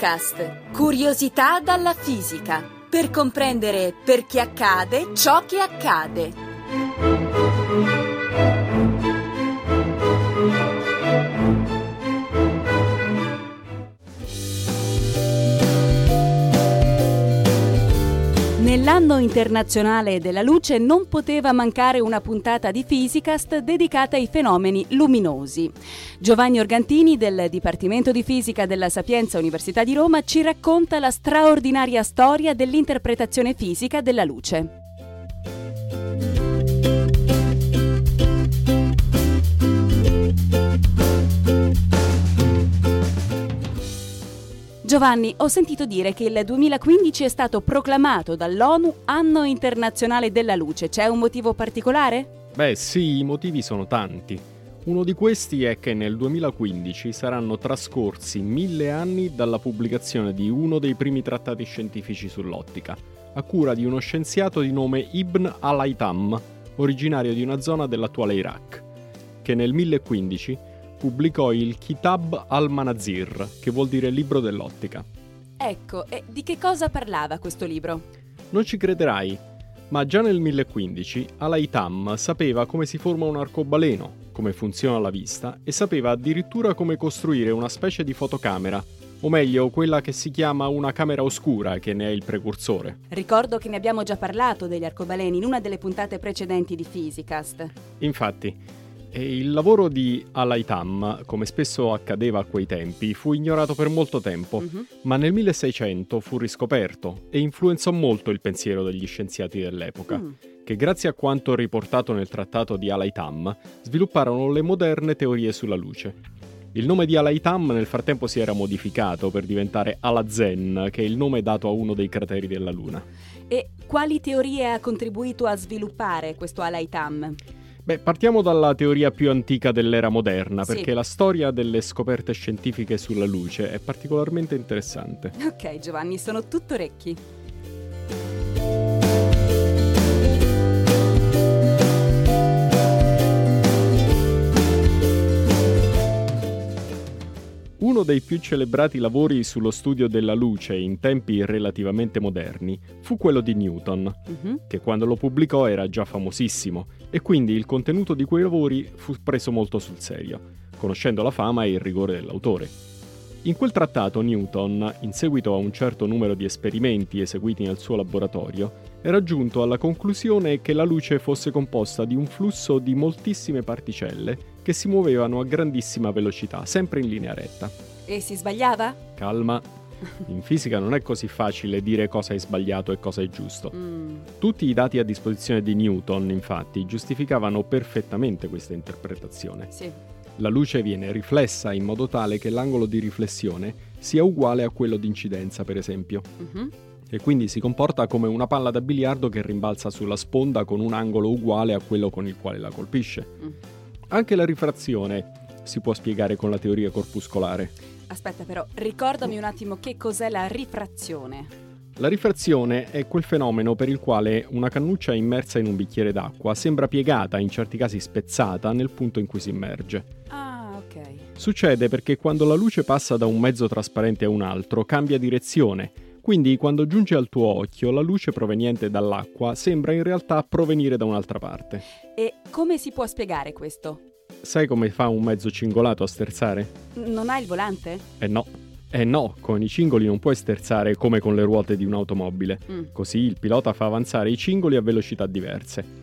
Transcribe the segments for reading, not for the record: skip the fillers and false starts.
Fisicast, curiosità dalla fisica, per comprendere perché accade ciò che accade. Nell'anno internazionale della luce non poteva mancare una puntata di Fisicast dedicata ai fenomeni luminosi. Giovanni Organtini del Dipartimento di Fisica della Sapienza Università di Roma ci racconta la straordinaria storia dell'interpretazione fisica della luce. Giovanni, ho sentito dire che il 2015 è stato proclamato dall'ONU Anno Internazionale della Luce. C'è un motivo particolare? Beh sì, i motivi sono tanti. Uno di questi è che nel 2015 saranno trascorsi 1000 anni dalla pubblicazione di uno dei primi trattati scientifici sull'ottica, a cura di uno scienziato di nome Ibn al-Haytham, originario di una zona dell'attuale Iraq, che nel 1015 pubblicò il Kitab al-Manazir, che vuol dire libro dell'ottica. Ecco, e di che cosa parlava questo libro? Non ci crederai, ma già nel 1015 al-Haytham sapeva come si forma un arcobaleno, come funziona la vista, e sapeva addirittura come costruire una specie di fotocamera, o meglio, quella che si chiama una camera oscura, che ne è il precursore. Ricordo che ne abbiamo già parlato degli arcobaleni in una delle puntate precedenti di Fisicast. Infatti, e il lavoro di al-Haytham, come spesso accadeva a quei tempi, fu ignorato per molto tempo, ma nel 1600 fu riscoperto e influenzò molto il pensiero degli scienziati dell'epoca, che grazie a quanto riportato nel trattato di al-Haytham svilupparono le moderne teorie sulla luce. Il nome di al-Haytham nel frattempo si era modificato per diventare Alhazen, che è il nome dato a uno dei crateri della Luna. E quali teorie ha contribuito a sviluppare questo al-Haytham? Beh, partiamo dalla teoria più antica dell'era moderna, Sì. perché la storia delle scoperte scientifiche sulla luce è particolarmente interessante. Ok, Giovanni, sono tutto orecchi. Uno dei più celebrati lavori sullo studio della luce in tempi relativamente moderni fu quello di Newton, che quando lo pubblicò era già famosissimo, e quindi il contenuto di quei lavori fu preso molto sul serio, conoscendo la fama e il rigore dell'autore. In quel trattato Newton, in seguito a un certo numero di esperimenti eseguiti nel suo laboratorio, era giunto alla conclusione che la luce fosse composta di un flusso di moltissime particelle che si muovevano a grandissima velocità, sempre in linea retta. E si sbagliava? Calma, in fisica non è così facile dire cosa è sbagliato e cosa è giusto. Tutti i dati a disposizione di Newton, infatti, giustificavano perfettamente questa interpretazione. Sì. La luce viene riflessa in modo tale che l'angolo di riflessione sia uguale a quello di incidenza, per esempio. E quindi si comporta come una palla da biliardo che rimbalza sulla sponda con un angolo uguale a quello con il quale la colpisce. Anche la rifrazione si può spiegare con la teoria corpuscolare. Aspetta però, ricordami un attimo che cos'è la rifrazione. La rifrazione è quel fenomeno per il quale una cannuccia immersa in un bicchiere d'acqua sembra piegata, in certi casi spezzata, nel punto in cui si immerge. Ah, ok. Succede perché quando la luce passa da un mezzo trasparente a un altro cambia direzione. Quindi quando giunge al tuo occhio la luce proveniente dall'acqua sembra in realtà provenire da un'altra parte. E come si può spiegare questo? Sai come fa un mezzo cingolato a sterzare? Non ha il volante? No, con i cingoli non puoi sterzare come con le ruote di un'automobile. Così il pilota fa avanzare i cingoli a velocità diverse.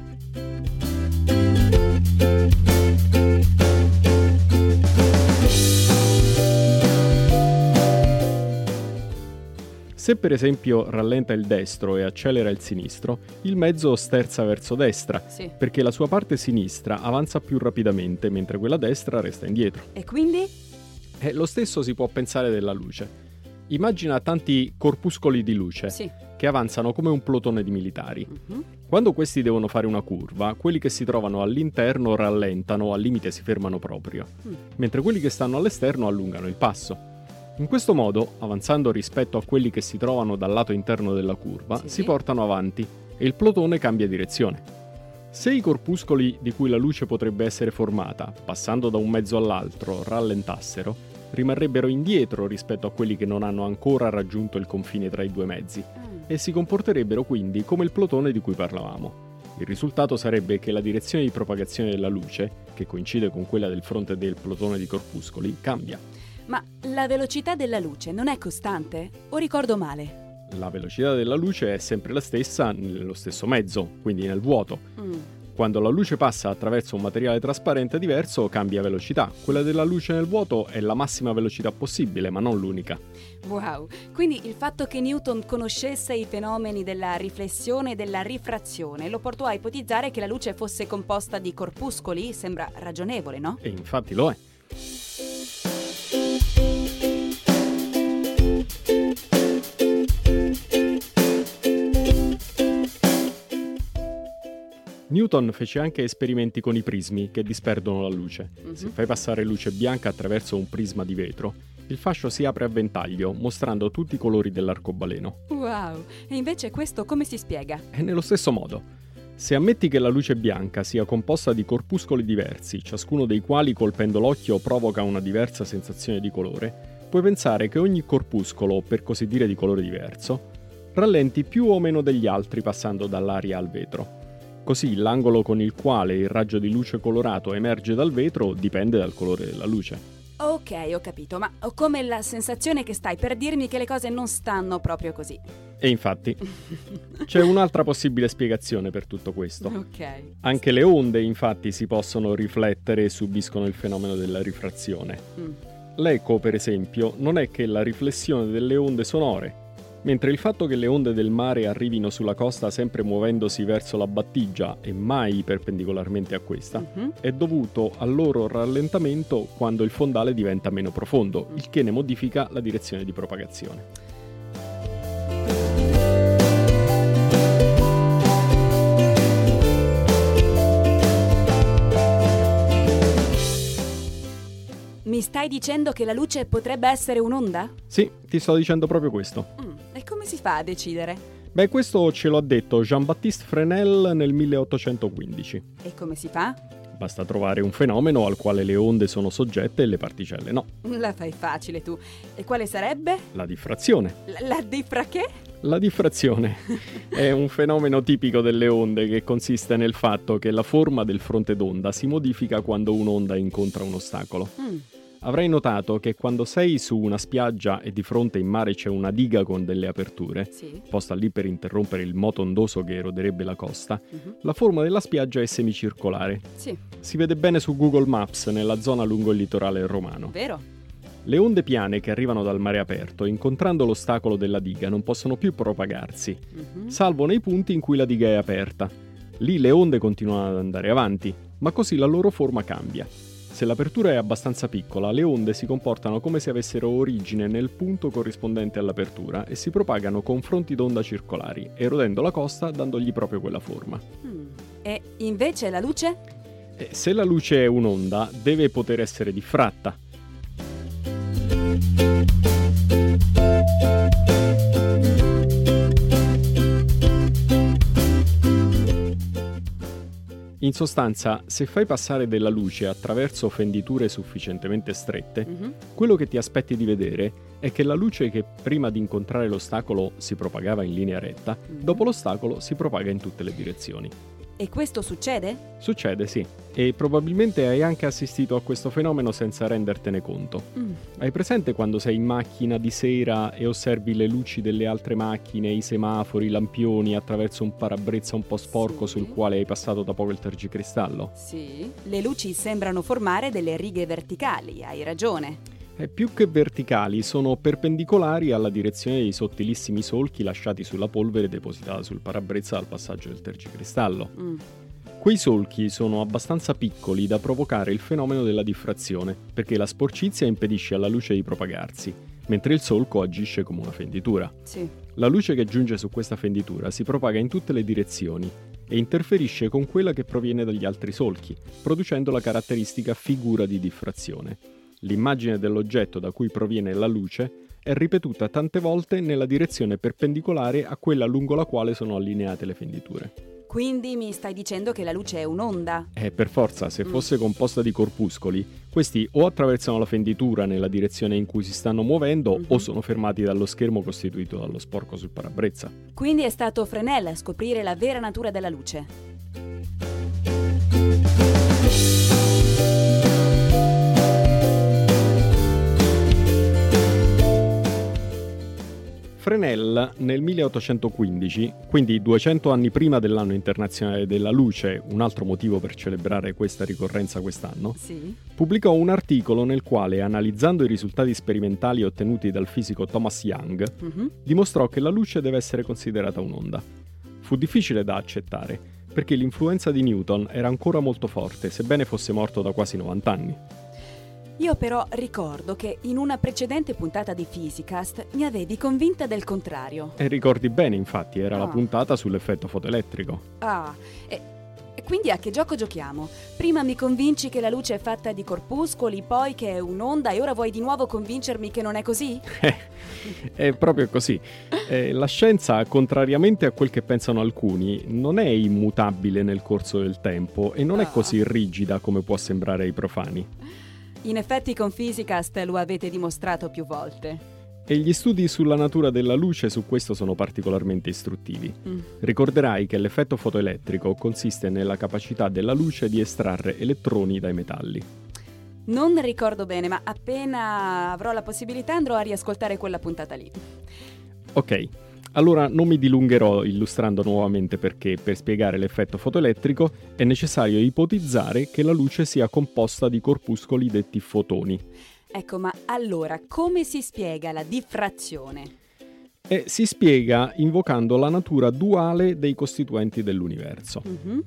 Se per esempio rallenta il destro e accelera il sinistro, il mezzo sterza verso destra, Sì. perché la sua parte sinistra avanza più rapidamente, mentre quella destra resta indietro. E quindi? E lo stesso si può pensare della luce. Immagina tanti corpuscoli di luce Sì. che avanzano come un plotone di militari. Quando questi devono fare una curva, quelli che si trovano all'interno rallentano, al limite si fermano proprio, mentre quelli che stanno all'esterno allungano il passo. In questo modo, avanzando rispetto a quelli che si trovano dal lato interno della curva, Sì. si portano avanti e il plotone cambia direzione. Se i corpuscoli di cui la luce potrebbe essere formata, passando da un mezzo all'altro, rallentassero, rimarrebbero indietro rispetto a quelli che non hanno ancora raggiunto il confine tra i due mezzi e si comporterebbero quindi come il plotone di cui parlavamo. Il risultato sarebbe che la direzione di propagazione della luce, che coincide con quella del fronte del plotone di corpuscoli, cambia. Ma la velocità della luce non è costante? O ricordo male? La velocità della luce è sempre la stessa nello stesso mezzo, quindi nel vuoto. Quando la luce passa attraverso un materiale trasparente diverso, cambia velocità. Quella della luce nel vuoto è la massima velocità possibile, ma non l'unica. Wow! Quindi il fatto che Newton conoscesse i fenomeni della riflessione e della rifrazione lo portò a ipotizzare che la luce fosse composta di corpuscoli? Sembra ragionevole, no? E infatti lo è. Newton fece anche esperimenti con i prismi che disperdono la luce. Se fai passare luce bianca attraverso un prisma di vetro, il fascio si apre a ventaglio, mostrando tutti i colori dell'arcobaleno. Wow! E invece questo come si spiega? È nello stesso modo. Se ammetti che la luce bianca sia composta di corpuscoli diversi, ciascuno dei quali colpendo l'occhio provoca una diversa sensazione di colore, puoi pensare che ogni corpuscolo, per così dire di colore diverso, rallenti più o meno degli altri passando dall'aria al vetro. Così l'angolo con il quale il raggio di luce colorato emerge dal vetro dipende dal colore della luce. Ok, ho capito, ma ho come la sensazione che stai per dirmi che le cose non stanno proprio così. E infatti, c'è un'altra possibile spiegazione per tutto questo. Ok. Anche le onde, infatti, si possono riflettere e subiscono il fenomeno della rifrazione. L'eco, per esempio, non è che la riflessione delle onde sonore, mentre il fatto che le onde del mare arrivino sulla costa sempre muovendosi verso la battigia e mai perpendicolarmente a questa, è dovuto al loro rallentamento quando il fondale diventa meno profondo, il che ne modifica la direzione di propagazione. Mi stai dicendo che la luce potrebbe essere un'onda? Sì, ti sto dicendo proprio questo. E come si fa a decidere? Beh, questo ce lo ha detto Jean-Baptiste Fresnel nel 1815. E come si fa? Basta trovare un fenomeno al quale le onde sono soggette e le particelle no. La fai facile tu. E quale sarebbe? La diffrazione. La diffra che? La diffrazione è un fenomeno tipico delle onde che consiste nel fatto che la forma del fronte d'onda si modifica quando un'onda incontra un ostacolo. Avrai notato che quando sei su una spiaggia e di fronte in mare c'è una diga con delle aperture, posta lì per interrompere il moto ondoso che eroderebbe la costa, la forma della spiaggia è semicircolare. Si vede bene su Google Maps nella zona lungo il litorale romano. Vero? Le onde piane che arrivano dal mare aperto, incontrando l'ostacolo della diga, non possono più propagarsi, salvo nei punti in cui la diga è aperta. Lì le onde continuano ad andare avanti, ma così la loro forma cambia. Se l'apertura è abbastanza piccola, le onde si comportano come se avessero origine nel punto corrispondente all'apertura e si propagano con fronti d'onda circolari, erodendo la costa dandogli proprio quella forma. E invece la luce? Se la luce è un'onda, deve poter essere diffratta. In sostanza, se fai passare della luce attraverso fenditure sufficientemente strette, quello che ti aspetti di vedere è che la luce che prima di incontrare l'ostacolo si propagava in linea retta, dopo l'ostacolo si propaga in tutte le direzioni. E questo succede? Succede, sì. E probabilmente hai anche assistito a questo fenomeno senza rendertene conto. Hai presente quando sei in macchina di sera e osservi le luci delle altre macchine, i semafori, i lampioni attraverso un parabrezza un po' sporco sul quale hai passato da poco il tergicristallo? Sì. Le luci sembrano formare delle righe verticali, hai ragione. Più che verticali, sono perpendicolari alla direzione dei sottilissimi solchi lasciati sulla polvere depositata sul parabrezza al passaggio del tergicristallo. Quei solchi sono abbastanza piccoli da provocare il fenomeno della diffrazione, perché la sporcizia impedisce alla luce di propagarsi, mentre il solco agisce come una fenditura. La luce che giunge su questa fenditura si propaga in tutte le direzioni e interferisce con quella che proviene dagli altri solchi, producendo la caratteristica figura di diffrazione. L'immagine dell'oggetto da cui proviene la luce è ripetuta tante volte nella direzione perpendicolare a quella lungo la quale sono allineate le fenditure. Quindi mi stai dicendo che la luce è un'onda? Per forza, se fosse composta di corpuscoli, questi o attraversano la fenditura nella direzione in cui si stanno muovendo o sono fermati dallo schermo costituito dallo sporco sul parabrezza. Quindi è stato Fresnel a scoprire la vera natura della luce. Fresnel nel 1815, quindi 200 anni prima dell'anno internazionale della luce, un altro motivo per celebrare questa ricorrenza quest'anno, pubblicò un articolo nel quale, analizzando i risultati sperimentali ottenuti dal fisico Thomas Young, dimostrò che la luce deve essere considerata un'onda. Fu difficile da accettare, perché l'influenza di Newton era ancora molto forte, sebbene fosse morto da quasi 90 anni. Io però ricordo che in una precedente puntata di Physicast mi avevi convinta del contrario. E ricordi bene, infatti, era la puntata sull'effetto fotoelettrico. E quindi a che gioco giochiamo? Prima mi convinci che la luce è fatta di corpuscoli, poi che è un'onda e ora vuoi di nuovo convincermi che non è così? È proprio così. La scienza, contrariamente a quel che pensano alcuni, non è immutabile nel corso del tempo e non è così rigida come può sembrare ai profani. In effetti con Physicast lo avete dimostrato più volte. E gli studi sulla natura della luce su questo sono particolarmente istruttivi. Ricorderai che l'effetto fotoelettrico consiste nella capacità della luce di estrarre elettroni dai metalli. Non ricordo bene, ma appena avrò la possibilità andrò a riascoltare quella puntata lì. Ok. Allora non mi dilungherò illustrando nuovamente perché per spiegare l'effetto fotoelettrico è necessario ipotizzare che la luce sia composta di corpuscoli detti fotoni. Ecco, ma allora come si spiega la diffrazione? Si spiega invocando la natura duale dei costituenti dell'universo.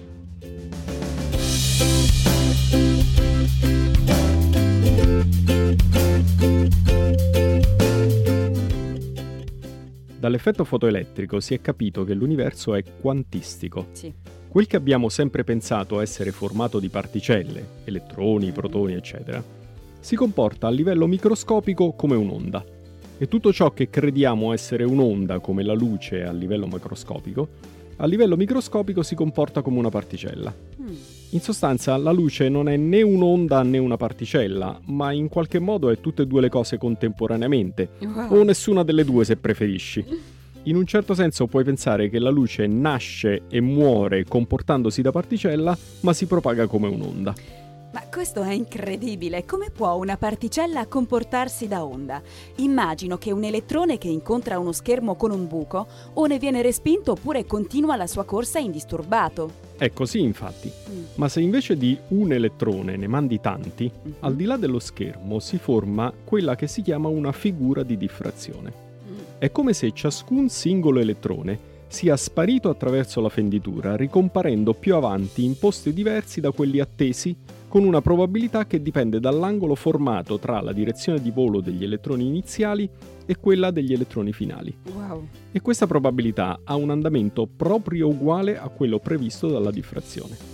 Dall'effetto fotoelettrico si è capito che l'universo è quantistico. Sì. Quel che abbiamo sempre pensato essere formato di particelle, elettroni, protoni, eccetera, si comporta a livello microscopico come un'onda. E tutto ciò che crediamo essere un'onda, come la luce a livello microscopico si comporta come una particella. In sostanza, la luce non è né un'onda né una particella, ma in qualche modo è tutte e due le cose contemporaneamente, o nessuna delle due se preferisci. In un certo senso puoi pensare che la luce nasce e muore comportandosi da particella, ma si propaga come un'onda. Ma questo è incredibile! Come può una particella comportarsi da onda? Immagino che un elettrone che incontra uno schermo con un buco o ne viene respinto oppure continua la sua corsa indisturbato. È così, infatti. Ma se invece di un elettrone ne mandi tanti, al di là dello schermo si forma quella che si chiama una figura di diffrazione. È come se ciascun singolo elettrone sia sparito attraverso la fenditura, ricomparendo più avanti in posti diversi da quelli attesi, con una probabilità che dipende dall'angolo formato tra la direzione di volo degli elettroni iniziali e quella degli elettroni finali. Wow. E questa probabilità ha un andamento proprio uguale a quello previsto dalla diffrazione.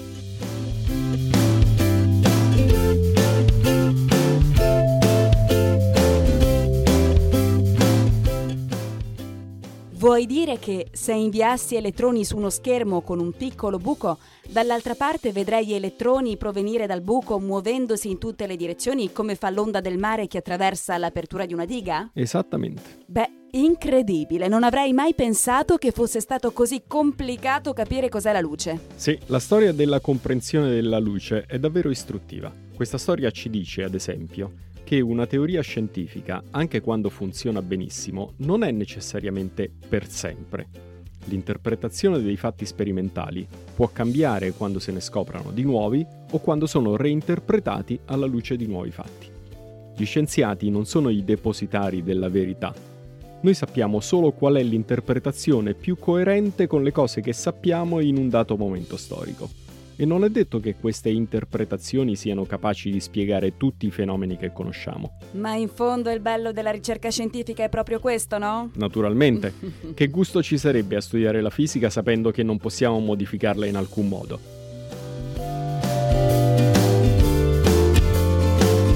Vuoi dire che se inviassi elettroni su uno schermo con un piccolo buco, dall'altra parte vedrei elettroni provenire dal buco muovendosi in tutte le direzioni come fa l'onda del mare che attraversa l'apertura di una diga? Esattamente. Beh, incredibile, non avrei mai pensato che fosse stato così complicato capire cos'è la luce. Sì, la storia della comprensione della luce è davvero istruttiva. Questa storia ci dice, ad esempio, che una teoria scientifica, anche quando funziona benissimo, non è necessariamente per sempre. L'interpretazione dei fatti sperimentali può cambiare quando se ne scoprano di nuovi o quando sono reinterpretati alla luce di nuovi fatti. Gli scienziati non sono i depositari della verità. Noi sappiamo solo qual è l'interpretazione più coerente con le cose che sappiamo in un dato momento storico. E non è detto che queste interpretazioni siano capaci di spiegare tutti i fenomeni che conosciamo. Ma in fondo il bello della ricerca scientifica è proprio questo, no? Naturalmente. Che gusto ci sarebbe a studiare la fisica sapendo che non possiamo modificarla in alcun modo?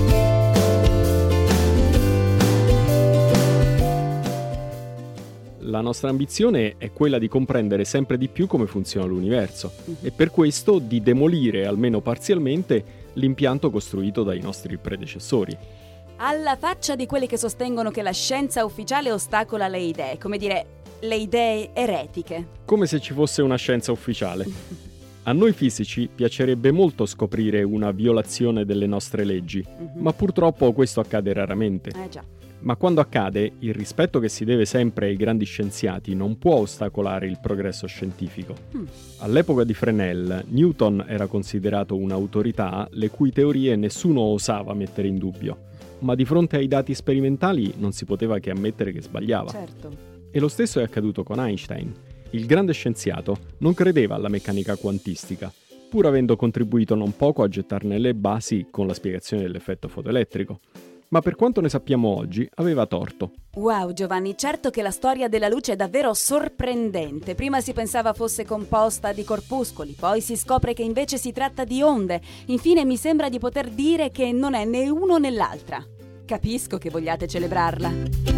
La La nostra ambizione è quella di comprendere sempre di più come funziona l'universo e per questo di demolire, almeno parzialmente, l'impianto costruito dai nostri predecessori. Alla faccia di quelli che sostengono che la scienza ufficiale ostacola le idee, come dire, le idee eretiche. Come se ci fosse una scienza ufficiale. A noi fisici piacerebbe molto scoprire una violazione delle nostre leggi, ma purtroppo questo accade raramente. Già. Ma quando accade, il rispetto che si deve sempre ai grandi scienziati non può ostacolare il progresso scientifico. All'epoca di Fresnel, Newton era considerato un'autorità le cui teorie nessuno osava mettere in dubbio, ma di fronte ai dati sperimentali non si poteva che ammettere che sbagliava. Certo. E lo stesso è accaduto con Einstein. Il grande scienziato non credeva alla meccanica quantistica, pur avendo contribuito non poco a gettarne le basi con la spiegazione dell'effetto fotoelettrico. Ma per quanto ne sappiamo oggi, aveva torto. Wow, Giovanni, certo che la storia della luce è davvero sorprendente. Prima si pensava fosse composta di corpuscoli, poi si scopre che invece si tratta di onde. Infine mi sembra di poter dire che non è né uno né l'altra. Capisco che vogliate celebrarla.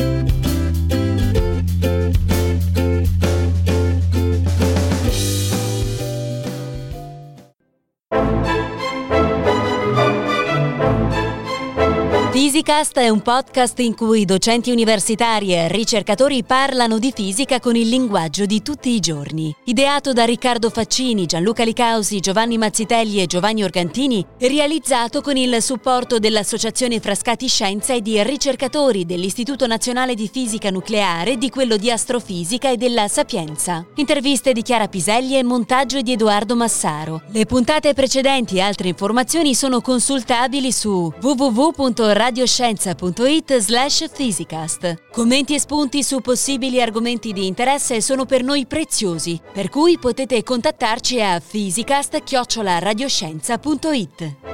Fisicast è un podcast in cui docenti universitari e ricercatori parlano di fisica con il linguaggio di tutti i giorni. Ideato da Riccardo Faccini, Gianluca Licausi, Giovanni Mazzitelli e Giovanni Organtini, realizzato con il supporto dell'Associazione Frascati Scienza e di ricercatori dell'Istituto Nazionale di Fisica Nucleare, di quello di Astrofisica e della Sapienza. Interviste di Chiara Piselli e montaggio di Edoardo Massaro. Le puntate precedenti e altre informazioni sono consultabili su www.radioscienza.it/Fisicast. Commenti e spunti su possibili argomenti di interesse sono per noi preziosi, per cui potete contattarci a fisicast@radioscienza.it.